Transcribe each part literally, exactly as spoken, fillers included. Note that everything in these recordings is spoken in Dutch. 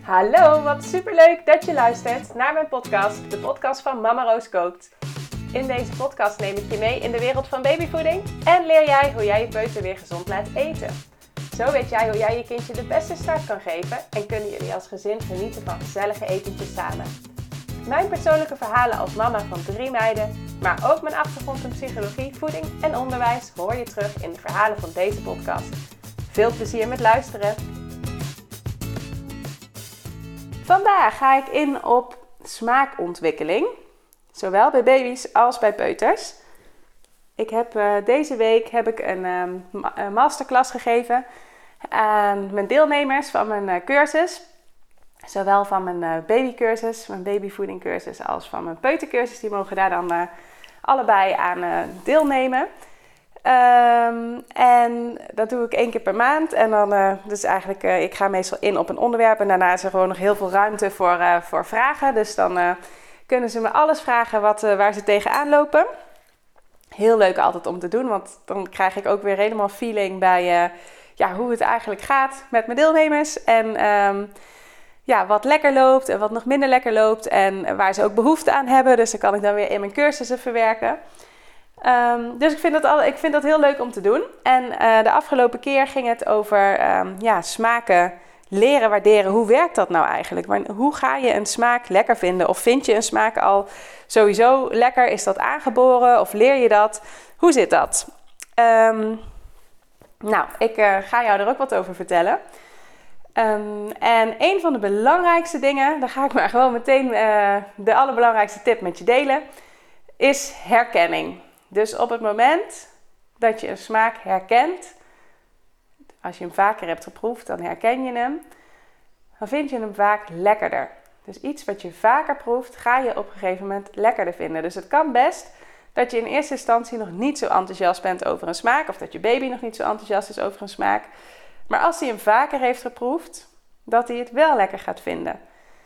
Hallo, wat superleuk dat je luistert naar mijn podcast, de podcast van Mama Roos Kookt. In deze podcast neem ik je mee in de wereld van babyvoeding en leer jij hoe jij je peuter weer gezond laat eten. Zo weet jij hoe jij je kindje de beste start kan geven en kunnen jullie als gezin genieten van gezellige etentjes samen. Mijn persoonlijke verhalen als mama van drie meiden, maar ook mijn achtergrond in psychologie, voeding en onderwijs hoor je terug in de verhalen van deze podcast. Veel plezier met luisteren! Vandaag ga ik in op smaakontwikkeling, zowel bij baby's als bij peuters. Ik heb, uh, deze week heb ik een, um, een masterclass gegeven aan mijn deelnemers van mijn uh, cursus. Zowel van mijn uh, babycursus, mijn babyvoedingcursus, als van mijn peutercursus. Die mogen daar dan uh, allebei aan uh, deelnemen. Um, en dat doe ik één keer per maand. En dan, uh, dus eigenlijk, uh, ik ga meestal in op een onderwerp. En daarna is er gewoon nog heel veel ruimte voor, uh, voor vragen. Dus dan uh, kunnen ze me alles vragen wat, uh, waar ze tegenaan lopen. Heel leuk altijd om te doen. Want dan krijg ik ook weer helemaal feeling bij uh, ja, hoe het eigenlijk gaat met mijn deelnemers. En um, ja, wat lekker loopt en wat nog minder lekker loopt. En waar ze ook behoefte aan hebben. Dus dat kan ik dan weer in mijn cursussen verwerken. Um, dus ik vind, dat al, ik vind dat heel leuk om te doen. En uh, de afgelopen keer ging het over um, ja, smaken leren waarderen. Hoe werkt dat nou eigenlijk? Maar hoe ga je een smaak lekker vinden? Of vind je een smaak al sowieso lekker? Is dat aangeboren? Of leer je dat? Hoe zit dat? Um, nou, ik uh, ga jou er ook wat over vertellen. Um, en een van de belangrijkste dingen, daar ga ik maar gewoon meteen uh, de allerbelangrijkste tip met je delen, is herkenning. Dus op het moment dat je een smaak herkent, als je hem vaker hebt geproefd, dan herken je hem, dan vind je hem vaak lekkerder. Dus iets wat je vaker proeft, ga je op een gegeven moment lekkerder vinden. Dus het kan best dat je in eerste instantie nog niet zo enthousiast bent over een smaak, of dat je baby nog niet zo enthousiast is over een smaak. Maar als hij hem vaker heeft geproefd, dat hij het wel lekker gaat vinden.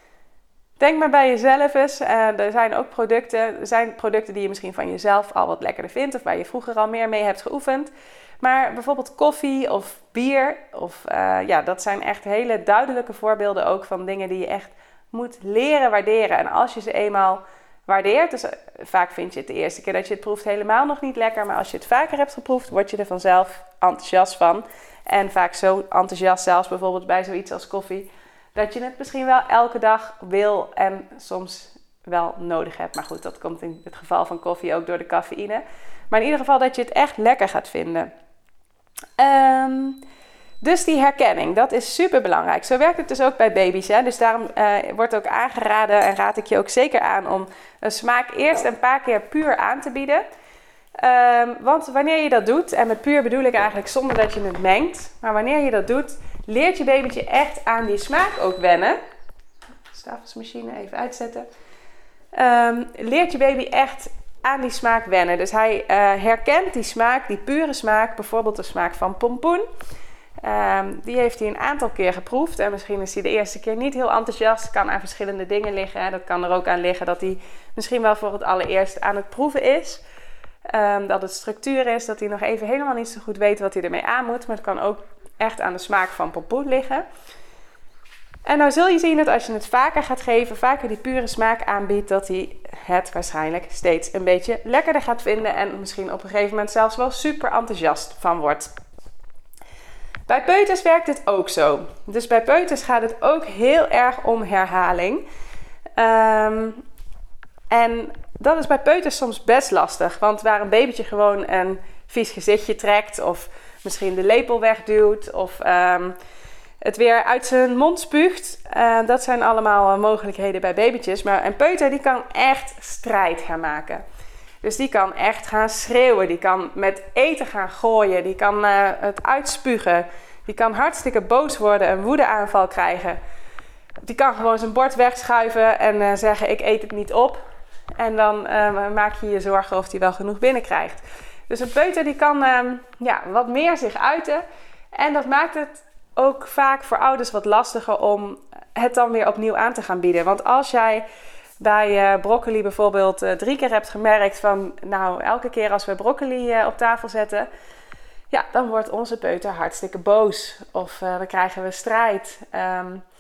Denk maar bij jezelf eens. Uh, er zijn ook producten, er zijn producten die je misschien van jezelf al wat lekkerder vindt, of waar je vroeger al meer mee hebt geoefend. Maar bijvoorbeeld koffie of bier, of, uh, ja, dat zijn echt hele duidelijke voorbeelden ook van dingen die je echt moet leren waarderen. En als je ze eenmaal waardeert, dus uh, vaak vind je het de eerste keer dat je het proeft helemaal nog niet lekker, maar als je het vaker hebt geproefd, word je er vanzelf enthousiast van. En vaak zo enthousiast zelfs bijvoorbeeld bij zoiets als koffie, dat je het misschien wel elke dag wil en soms wel nodig hebt. Maar goed, dat komt in het geval van koffie ook door de cafeïne. Maar in ieder geval dat je het echt lekker gaat vinden. Um, dus die herkenning, dat is super belangrijk. Zo werkt het dus ook bij baby's. Hè? Dus daarom uh, wordt ook aangeraden en raad ik je ook zeker aan om een smaak eerst een paar keer puur aan te bieden. Um, want wanneer je dat doet, en met puur bedoel ik eigenlijk zonder dat je het mengt. Maar wanneer je dat doet, leert je babytje echt aan die smaak ook wennen. Stafelsmachine even uitzetten. Um, leert je baby echt aan die smaak wennen. Dus hij uh, herkent die smaak, die pure smaak. Bijvoorbeeld de smaak van pompoen. Um, die heeft hij een aantal keer geproefd. En misschien is hij de eerste keer niet heel enthousiast. Kan aan verschillende dingen liggen. Dat kan er ook aan liggen dat hij misschien wel voor het allereerst aan het proeven is. Um, dat het structuur is. Dat hij nog even helemaal niet zo goed weet wat hij ermee aan moet. Maar het kan ook echt aan de smaak van pompoen liggen. En nou zul je zien dat als je het vaker gaat geven, vaker die pure smaak aanbiedt, dat hij het waarschijnlijk steeds een beetje lekkerder gaat vinden en misschien op een gegeven moment zelfs wel super enthousiast van wordt. Bij peuters werkt het ook zo. Dus bij peuters gaat het ook heel erg om herhaling. Um, en dat is bij peuters soms best lastig, want waar een babytje gewoon een vies gezichtje trekt of misschien de lepel wegduwt of um, het weer uit zijn mond spuugt. Uh, dat zijn allemaal uh, mogelijkheden bij babytjes. Maar een peuter die kan echt strijd gaan maken. Dus die kan echt gaan schreeuwen. Die kan met eten gaan gooien. Die kan uh, het uitspugen. Die kan hartstikke boos worden. Een woedeaanval krijgen. Die kan gewoon zijn bord wegschuiven en uh, zeggen ik eet het niet op. En dan uh, maak je je zorgen of hij wel genoeg binnenkrijgt. Dus een peuter die kan uh, ja, wat meer zich uiten. En dat maakt het ook vaak voor ouders wat lastiger om het dan weer opnieuw aan te gaan bieden. Want als jij bij uh, broccoli bijvoorbeeld uh, drie keer hebt gemerkt van, nou, elke keer als we broccoli uh, op tafel zetten, ja, dan wordt onze peuter hartstikke boos. Of uh, dan krijgen we strijd. Um,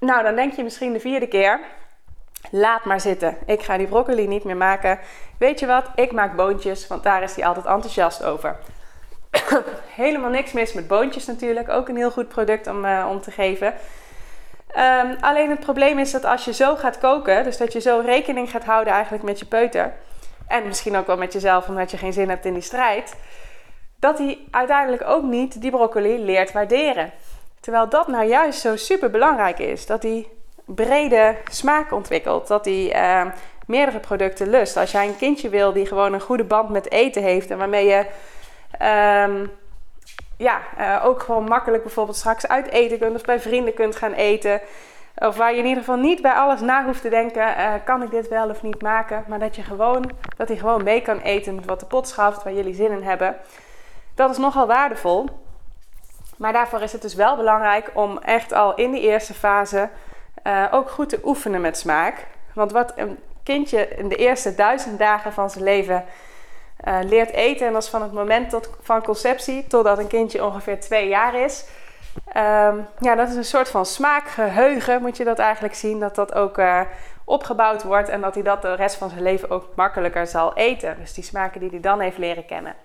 Nou, dan denk je misschien de vierde keer, laat maar zitten. Ik ga die broccoli niet meer maken. Weet je wat? Ik maak boontjes, want daar is hij altijd enthousiast over. Helemaal niks mis met boontjes natuurlijk. Ook een heel goed product om, uh, om te geven. Um, alleen het probleem is dat als je zo gaat koken, dus dat je zo rekening gaat houden eigenlijk met je peuter, en misschien ook wel met jezelf omdat je geen zin hebt in die strijd, dat hij uiteindelijk ook niet die broccoli leert waarderen. Terwijl dat nou juist zo super belangrijk is. Dat hij brede smaak ontwikkelt. Dat hij uh, meerdere producten lust. Als jij een kindje wil die gewoon een goede band met eten heeft. En waarmee je um, ja, uh, ook gewoon makkelijk bijvoorbeeld straks uit eten kunt. Of bij vrienden kunt gaan eten. Of waar je in ieder geval niet bij alles na hoeft te denken. Uh, kan ik dit wel of niet maken? Maar dat, je gewoon, dat hij gewoon mee kan eten met wat de pot schaft. Waar jullie zin in hebben. Dat is nogal waardevol. Maar daarvoor is het dus wel belangrijk om echt al in die eerste fase uh, ook goed te oefenen met smaak. Want wat een kindje in de eerste duizend dagen van zijn leven uh, leert eten, en dat is van het moment tot, van conceptie totdat een kindje ongeveer twee jaar is. Um, ja, dat is een soort van smaakgeheugen, moet je dat eigenlijk zien. Dat dat ook uh, opgebouwd wordt en dat hij dat de rest van zijn leven ook makkelijker zal eten. Dus die smaken die hij dan heeft leren kennen.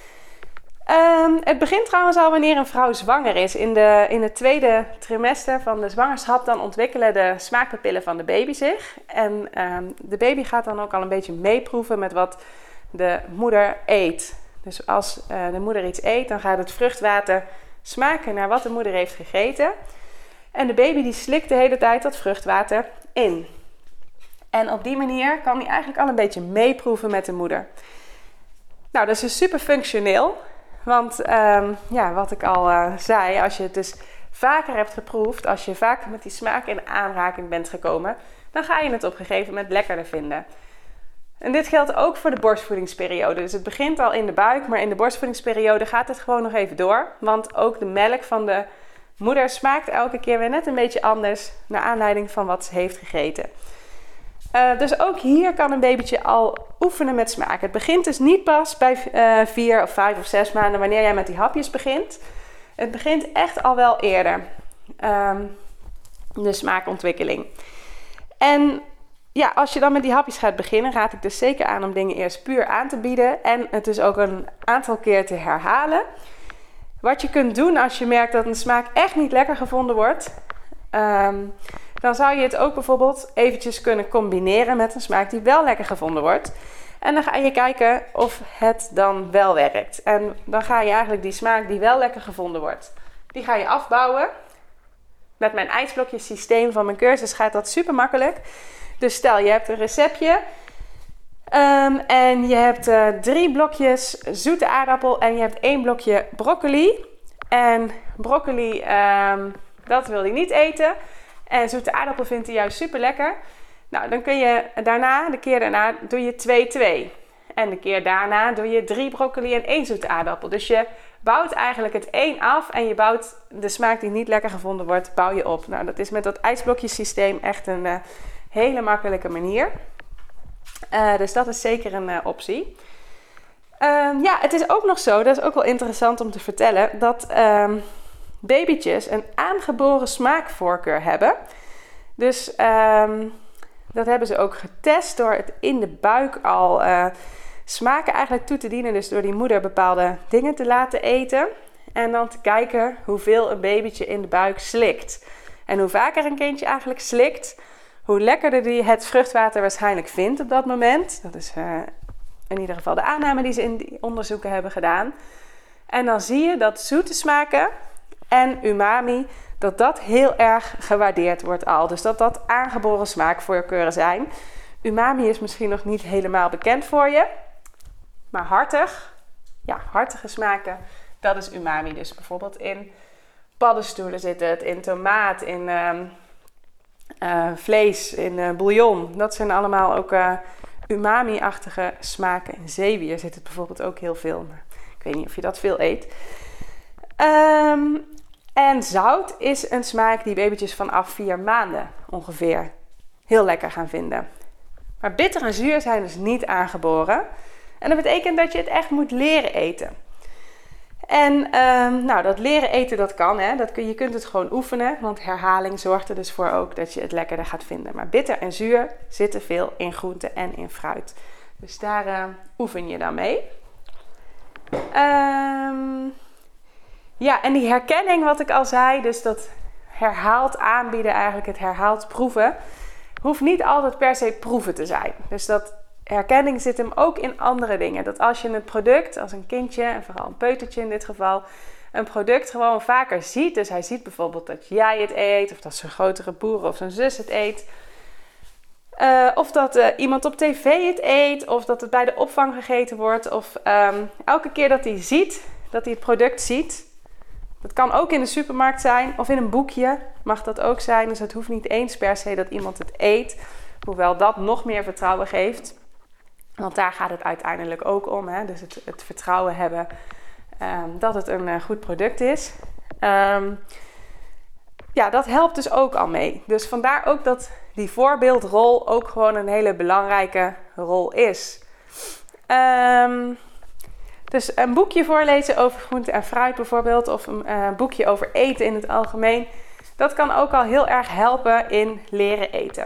Um, het begint trouwens al wanneer een vrouw zwanger is. In, de, in het tweede trimester van de zwangerschap dan ontwikkelen de smaakpapillen van de baby zich. En um, de baby gaat dan ook al een beetje meeproeven met wat de moeder eet. Dus als uh, de moeder iets eet, dan gaat het vruchtwater smaken naar wat de moeder heeft gegeten. En de baby die slikt de hele tijd dat vruchtwater in. En op die manier kan hij eigenlijk al een beetje meeproeven met de moeder. Nou, dat is dus super functioneel. Want um, ja, wat ik al uh, zei, als je het dus vaker hebt geproefd, als je vaker met die smaak in aanraking bent gekomen, dan ga je het op een gegeven moment lekkerder vinden. En dit geldt ook voor de borstvoedingsperiode. Dus het begint al in de buik, maar in de borstvoedingsperiode gaat het gewoon nog even door. Want ook de melk van de moeder smaakt elke keer weer net een beetje anders, naar aanleiding van wat ze heeft gegeten. Uh, dus ook hier kan een babytje al oefenen met smaak. Het begint dus niet pas bij uh, vier of vijf of zes maanden wanneer jij met die hapjes begint. Het begint echt al wel eerder. Um, de smaakontwikkeling. En ja, als je dan met die hapjes gaat beginnen, raad ik dus zeker aan om dingen eerst puur aan te bieden. En het dus ook een aantal keer te herhalen. Wat je kunt doen als je merkt dat een smaak echt niet lekker gevonden wordt, Um, dan zou je het ook bijvoorbeeld eventjes kunnen combineren met een smaak die wel lekker gevonden wordt. En dan ga je kijken of het dan wel werkt. En dan ga je eigenlijk die smaak die wel lekker gevonden wordt, die ga je afbouwen. Met mijn ijsblokjes systeem van mijn cursus gaat dat super makkelijk. Dus stel je hebt een receptje. Um, en je hebt uh, drie blokjes zoete aardappel en je hebt één blokje broccoli. En broccoli, um, dat wil hij niet eten. En zoete aardappel vindt hij juist super lekker. Nou, dan kun je daarna, de keer daarna, doe je twee twee. En de keer daarna doe je drie broccoli en één zoete aardappel. Dus je bouwt eigenlijk het één af en je bouwt de smaak die niet lekker gevonden wordt, bouw je op. Nou, dat is met dat ijsblokjesysteem echt een uh, hele makkelijke manier. Uh, dus dat is zeker een uh, optie. Uh, ja, het is ook nog zo, dat is ook wel interessant om te vertellen, dat uh, babytjes een aangeboren smaakvoorkeur hebben. Dus uh, dat hebben ze ook getest door het in de buik al uh, smaken eigenlijk toe te dienen. Dus door die moeder bepaalde dingen te laten eten. En dan te kijken hoeveel een babytje in de buik slikt. En hoe vaker een kindje eigenlijk slikt, hoe lekkerder die het vruchtwater waarschijnlijk vindt op dat moment. Dat is uh, in ieder geval de aanname die ze in die onderzoeken hebben gedaan. En dan zie je dat zoete smaken en umami, dat dat heel erg gewaardeerd wordt al. Dus dat dat aangeboren smaakvoorkeuren zijn. Umami is misschien nog niet helemaal bekend voor je. Maar hartig, ja, hartige smaken, dat is umami. Dus bijvoorbeeld in paddenstoelen zit het, in tomaat, in uh, uh, vlees, in uh, bouillon. Dat zijn allemaal ook uh, umami-achtige smaken. In zeewier zit het bijvoorbeeld ook heel veel. Maar ik weet niet of je dat veel eet. Um, en zout is een smaak die babytjes vanaf vier maanden ongeveer heel lekker gaan vinden. Maar bitter en zuur zijn dus niet aangeboren. En dat betekent dat je het echt moet leren eten. En um, nou, dat leren eten, dat kan. Hè? Dat kun, je kunt het gewoon oefenen. Want herhaling zorgt er dus voor ook dat je het lekkerder gaat vinden. Maar bitter en zuur zitten veel in groente en in fruit. Dus daar uh, oefen je dan mee. Um, ja, en die herkenning wat ik al zei. Dus dat herhaald aanbieden, eigenlijk het herhaald proeven. Hoeft niet altijd per se proeven te zijn. Dus dat herkenning zit hem ook in andere dingen. Dat als je het product, als een kindje, en vooral een peutertje in dit geval, een product gewoon vaker ziet. Dus hij ziet bijvoorbeeld dat jij het eet, of dat zijn grotere broer of zijn zus het eet. Uh, of dat uh, iemand op tv het eet, of dat het bij de opvang gegeten wordt. Of um, elke keer dat hij ziet, dat hij het product ziet. Dat kan ook in de supermarkt zijn, of in een boekje mag dat ook zijn. Dus het hoeft niet eens per se dat iemand het eet. Hoewel dat nog meer vertrouwen geeft. Want daar gaat het uiteindelijk ook om. Hè? Dus het, het vertrouwen hebben um, dat het een uh, goed product is. Um, ja, dat helpt dus ook al mee. Dus vandaar ook dat die voorbeeldrol ook gewoon een hele belangrijke rol is. Um, dus een boekje voorlezen over groente en fruit bijvoorbeeld. Of een uh, boekje over eten in het algemeen. Dat kan ook al heel erg helpen in leren eten.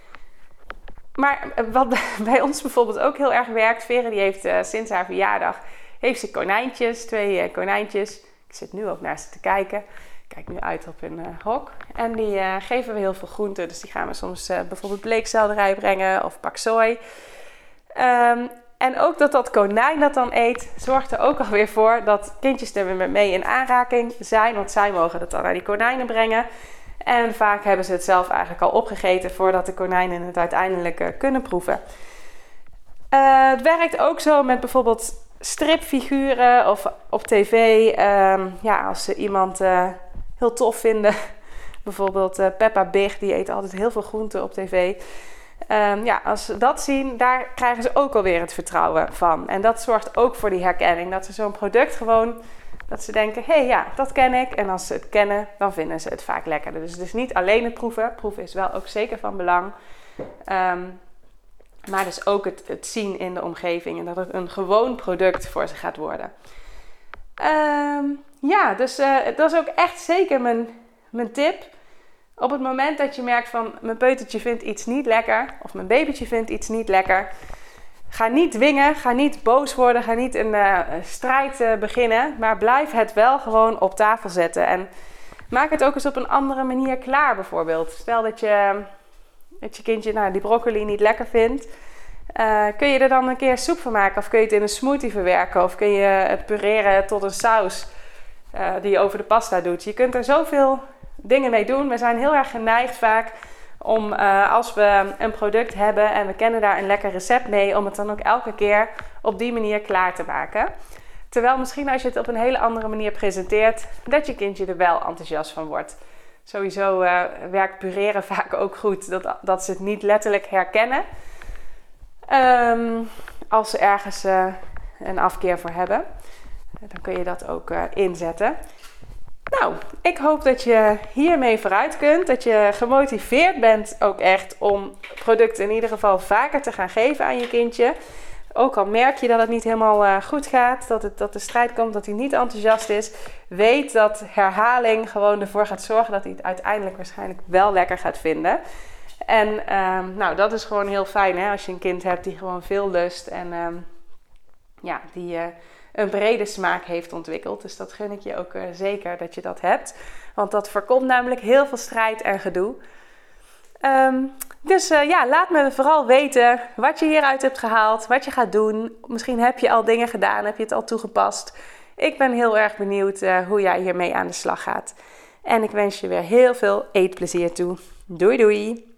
Maar wat bij ons bijvoorbeeld ook heel erg werkt. Vere die heeft uh, sinds haar verjaardag heeft ze konijntjes. Twee uh, konijntjes. Ik zit nu ook naar ze te kijken. Ik kijk nu uit op een uh, hok. En die uh, geven we heel veel groenten. Dus die gaan we soms uh, bijvoorbeeld bleekselderij brengen. Of pak zooi. Um, en ook dat dat konijn dat dan eet. Zorgt er ook alweer voor dat kindjes er weer mee in aanraking zijn. Want zij mogen dat dan naar die konijnen brengen. En vaak hebben ze het zelf eigenlijk al opgegeten voordat de konijnen het uiteindelijk uh, kunnen proeven. Uh, het werkt ook zo met bijvoorbeeld stripfiguren of op tv. Um, ja, als ze iemand uh, heel tof vinden. Bijvoorbeeld uh, Peppa Big, die eet altijd heel veel groenten op tv. Um, ja, als ze dat zien, daar krijgen ze ook alweer het vertrouwen van. En dat zorgt ook voor die herkenning. Dat ze zo'n product gewoon... Dat ze denken, hé hey, ja, dat ken ik. En als ze het kennen, dan vinden ze het vaak lekkerder. Dus het is niet alleen het proeven. Proeven is wel ook zeker van belang. Um, maar dus ook het, het zien in de omgeving. En dat het een gewoon product voor ze gaat worden. Um, ja, dus uh, dat is ook echt zeker mijn, mijn tip. Op het moment dat je merkt van, mijn peutertje vindt iets niet lekker. Of mijn babytje vindt iets niet lekker. Ga niet dwingen, ga niet boos worden, ga niet een uh, strijd uh, beginnen. Maar blijf het wel gewoon op tafel zetten. En maak het ook eens op een andere manier klaar bijvoorbeeld. Stel dat je, dat je kindje nou, die broccoli niet lekker vindt. Uh, kun je er dan een keer soep van maken? Of kun je het in een smoothie verwerken? Of kun je het pureren tot een saus uh, die je over de pasta doet? Je kunt er zoveel dingen mee doen. We zijn heel erg geneigd vaak... om uh, als we een product hebben en we kennen daar een lekker recept mee... om het dan ook elke keer op die manier klaar te maken. Terwijl misschien als je het op een hele andere manier presenteert... dat je kindje er wel enthousiast van wordt. Sowieso uh, werkt pureren vaak ook goed. Dat, dat ze het niet letterlijk herkennen. Um, als ze ergens uh, een afkeer voor hebben. Dan kun je dat ook uh, inzetten. Nou, ik hoop dat je hiermee vooruit kunt. Dat je gemotiveerd bent ook echt om producten in ieder geval vaker te gaan geven aan je kindje. Ook al merk je dat het niet helemaal uh, goed gaat, dat, het, dat de strijd komt, dat hij niet enthousiast is. Weet dat herhaling gewoon ervoor gaat zorgen dat hij het uiteindelijk waarschijnlijk wel lekker gaat vinden. En um, nou, dat is gewoon heel fijn hè, als je een kind hebt die gewoon veel lust en um, ja, die... Uh, een brede smaak heeft ontwikkeld. Dus dat gun ik je ook uh, zeker dat je dat hebt. Want dat voorkomt namelijk heel veel strijd en gedoe. Um, dus uh, ja, laat me vooral weten wat je hieruit hebt gehaald. Wat je gaat doen. Misschien heb je al dingen gedaan. Heb je het al toegepast. Ik ben heel erg benieuwd uh, hoe jij hiermee aan de slag gaat. En ik wens je weer heel veel eetplezier toe. Doei doei!